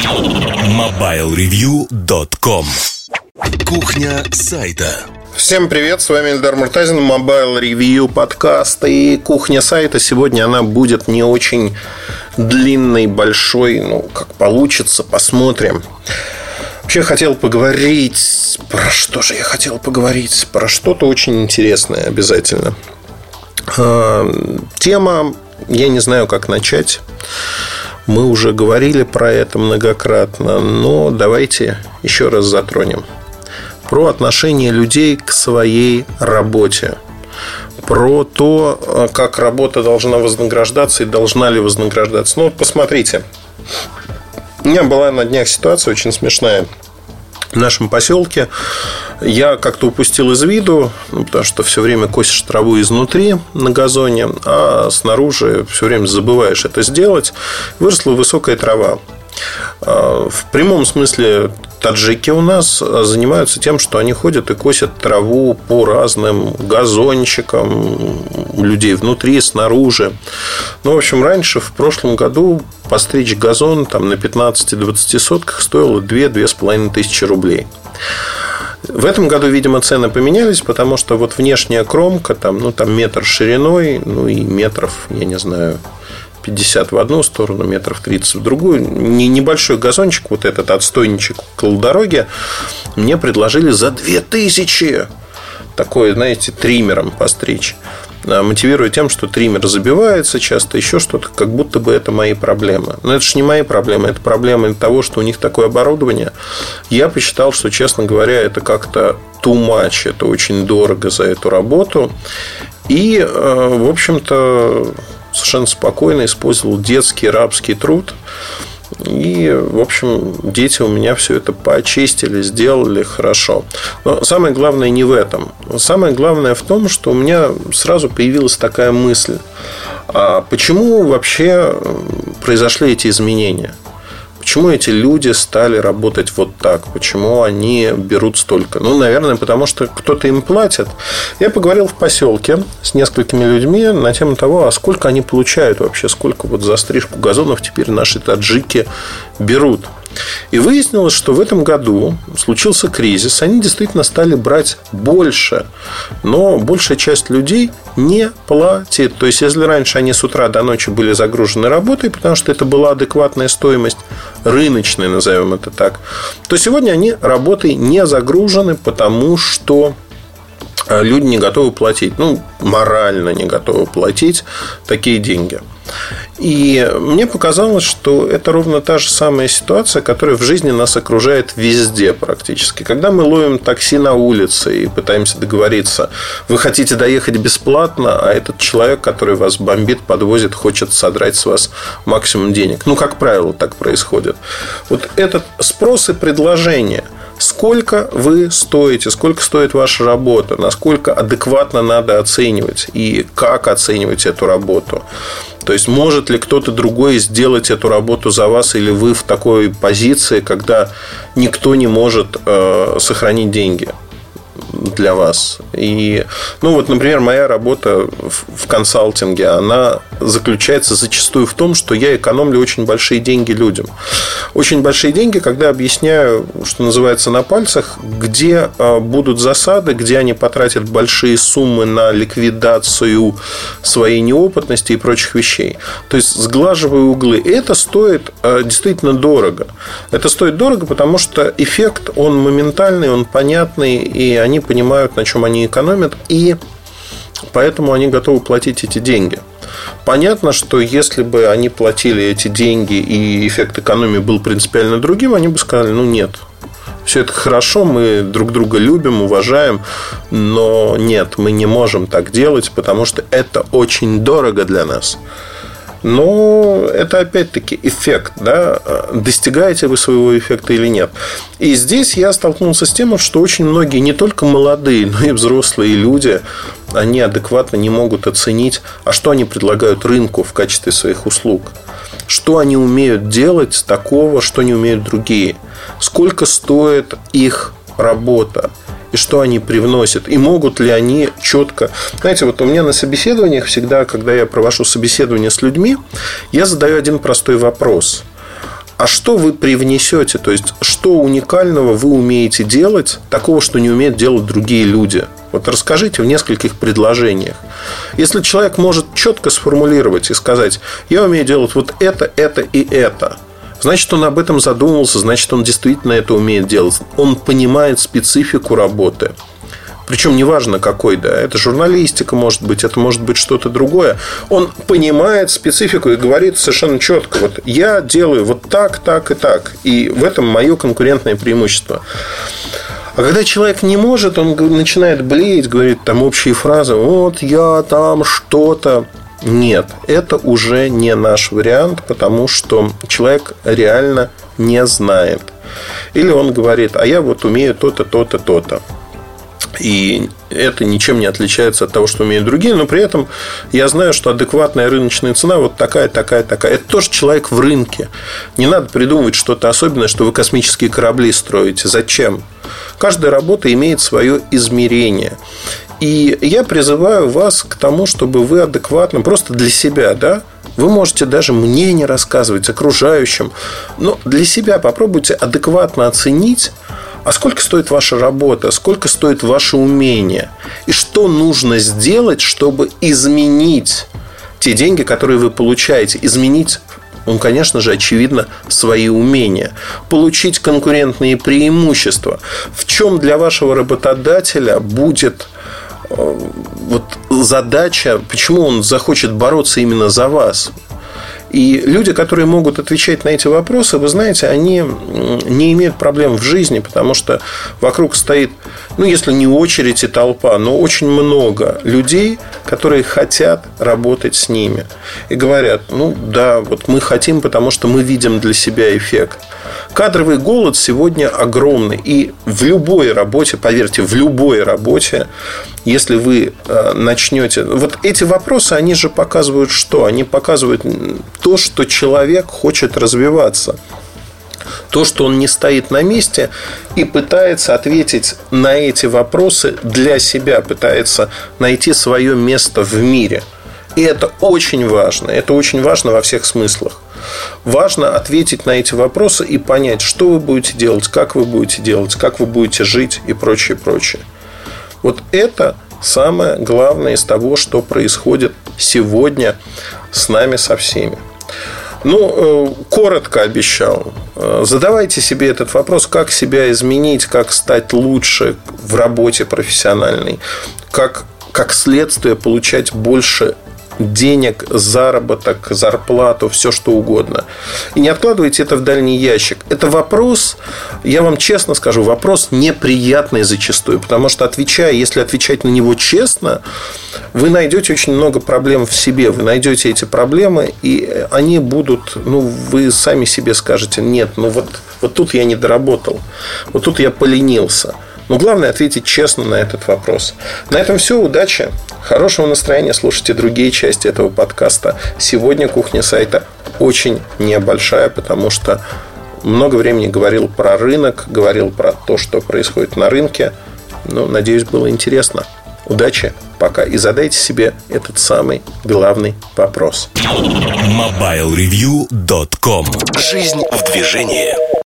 MobileReview.com. Кухня сайта. Всем привет, с вами Эльдар Муртазин, Mobile Review подкаст. И кухня сайта сегодня она будет не очень длинной, большой. Как получится, посмотрим. Вообще хотел поговорить. Про что же я хотел поговорить? Про что-то очень интересное обязательно. Тема, я не знаю, как начать. Мы уже говорили про это многократно, но давайте еще раз затронем. Про отношение людей к своей работе. Про то, как работа должна вознаграждаться и должна ли вознаграждаться. Посмотрите. У меня была на днях ситуация очень смешная. В нашем поселке я как-то упустил из виду, потому что все время косишь траву изнутри на газоне, а снаружи все время забываешь это сделать. Выросла высокая трава. В прямом смысле таджики у нас занимаются тем, что они ходят и косят траву по разным газончикам у людей внутри, снаружи. В общем, раньше, в прошлом году, постричь газон на 15-20 сотках стоило 2-2,5 тысячи рублей. В этом году, видимо, цены поменялись, потому что внешняя кромка, метр шириной, и метров, я не знаю, 50 в одну сторону, метров 30 в другую. Небольшой газончик, этот отстойничек около дороги, мне предложили за 2000. Такой, знаете, триммером постричь. Мотивируя тем, что триммер забивается часто, еще что-то, как будто бы это мои проблемы. Но это же не мои проблемы, это проблемы того, что у них такое оборудование. Я посчитал, что, честно говоря, это как-то too much, это очень дорого за эту работу. И, в общем-то, совершенно спокойно использовал детский рабский труд. И, в общем, дети у меня все это поочистили, сделали хорошо. Но самое главное не в этом. Самое главное в том, что у меня сразу появилась такая мысль. А почему вообще произошли эти изменения? Почему эти люди стали работать вот так? Почему они берут столько? Наверное, потому что кто-то им платит. Я поговорил в поселке с несколькими людьми на тему того, а сколько они получают вообще, сколько за стрижку газонов теперь наши таджики берут. И выяснилось, что в этом году случился кризис. Они действительно стали брать больше. Но большая часть людей не платит. То есть, если раньше они с утра до ночи были загружены работой, потому что это была адекватная стоимость, рыночная, назовем это так, то сегодня они работой не загружены, потому что люди не готовы платить. Морально не готовы платить такие деньги. И мне показалось, что это ровно та же самая ситуация, которая в жизни нас окружает везде практически. Когда мы ловим такси на улице и пытаемся договориться, вы хотите доехать бесплатно, а этот человек, который вас бомбит, подвозит, хочет содрать с вас максимум денег. Как правило, так происходит. Этот спрос и предложение. Сколько вы стоите, сколько стоит ваша работа, насколько адекватно надо оценивать и как оценивать эту работу. То есть, может ли кто-то другой сделать эту работу за вас, или вы в такой позиции, когда никто не может сохранить деньги для вас. И, например, моя работа в консалтинге, она заключается зачастую в том, что я экономлю очень большие деньги людям. Очень большие деньги, когда объясняю, что называется, на пальцах, где будут засады, где они потратят большие суммы на ликвидацию своей неопытности и прочих вещей. То есть, сглаживаю углы. И это стоит действительно дорого. Это стоит дорого, потому что эффект, он моментальный, он понятный, и они понимают, на чем они экономят, и поэтому они готовы платить эти деньги. Понятно, что если бы они платили эти деньги и эффект экономии был принципиально другим, они бы сказали, нет, все это хорошо, мы друг друга любим, уважаем, но нет, мы не можем так делать, потому что это очень дорого для нас. Но это опять-таки эффект, да? Достигаете вы своего эффекта или нет. И здесь я столкнулся с тем, что очень многие, не только молодые, но и взрослые люди, они адекватно не могут оценить, а что они предлагают рынку в качестве своих услуг. Что они умеют делать такого, что не умеют другие. Сколько стоит их работа. И что они привносят, и могут ли они четко. Знаете, у меня на собеседованиях всегда, когда я провожу собеседование с людьми, я задаю один простой вопрос. а что вы привнесете? То есть, что уникального вы умеете делать, такого, что не умеют делать другие люди? Вот расскажите в нескольких предложениях. Если человек может четко сформулировать и сказать: я умею делать вот это и это, значит, он об этом задумывался, значит, он действительно это умеет делать. Он понимает специфику работы. Причем неважно какой, да, это журналистика, может быть, это может быть что-то другое. Он понимает специфику и говорит совершенно четко: вот я делаю вот так, так и так. И в этом мое конкурентное преимущество. А когда человек не может, он начинает блеять, говорит там общие фразы: вот я там что-то. Нет, это уже не наш вариант, потому что человек реально не знает. Или он говорит: а я вот умею то-то, то-то, то-то. И это ничем не отличается от того, что умеют другие. Но при этом я знаю, что адекватная рыночная цена вот такая, такая, такая. Это тоже человек в рынке. Не надо придумывать что-то особенное, что вы космические корабли строите. Зачем? Каждая работа имеет свое измерение. И я призываю вас к тому, чтобы вы адекватно, просто для себя, да, вы можете даже мнение рассказывать окружающим, но для себя попробуйте адекватно оценить, а сколько стоит ваша работа, сколько стоит ваше умение, и что нужно сделать, чтобы изменить те деньги, которые вы получаете, изменить, конечно же, очевидно, свои умения, получить конкурентные преимущества. В чем для вашего работодателя будет вот задача, почему он захочет бороться именно за вас? И люди, которые могут отвечать на эти вопросы, вы знаете, они не имеют проблем в жизни, потому что вокруг стоит, если не очередь и толпа, но очень много людей, которые хотят работать с ними. И говорят: да, вот мы хотим, потому что мы видим для себя эффект. Кадровый голод сегодня огромный. И в любой работе, поверьте, в любой работе, если вы начнете... Вот эти вопросы, они же показывают что? Они показывают то, что человек хочет развиваться. То, что он не стоит на месте и пытается ответить на эти вопросы для себя, пытается найти свое место в мире. И это очень важно. Это очень важно во всех смыслах. Важно ответить на эти вопросы и понять, что вы будете делать, как вы будете жить и прочее, прочее. Вот это самое главное из того, что происходит сегодня с нами, со всеми. Коротко обещал. Задавайте себе этот вопрос: как себя изменить, как стать лучше в работе профессиональной, как следствие получать больше денег, заработок, зарплату, все что угодно. И не откладывайте это в дальний ящик. Это вопрос, я вам честно скажу, вопрос неприятный зачастую. Потому что если отвечать на него честно, вы найдете очень много проблем в себе. Вы найдете эти проблемы, и они будут, вы сами себе скажете: нет, вот тут я не доработал, вот тут я поленился. Но главное ответить честно на этот вопрос. На этом все. Удачи, хорошего настроения. Слушайте другие части этого подкаста. Сегодня кухня сайта очень небольшая, потому что много времени говорил про рынок, говорил про то, что происходит на рынке. Надеюсь, было интересно. Удачи, пока. И задайте себе этот самый главный вопрос. MobileReview.com. Жизнь в движении.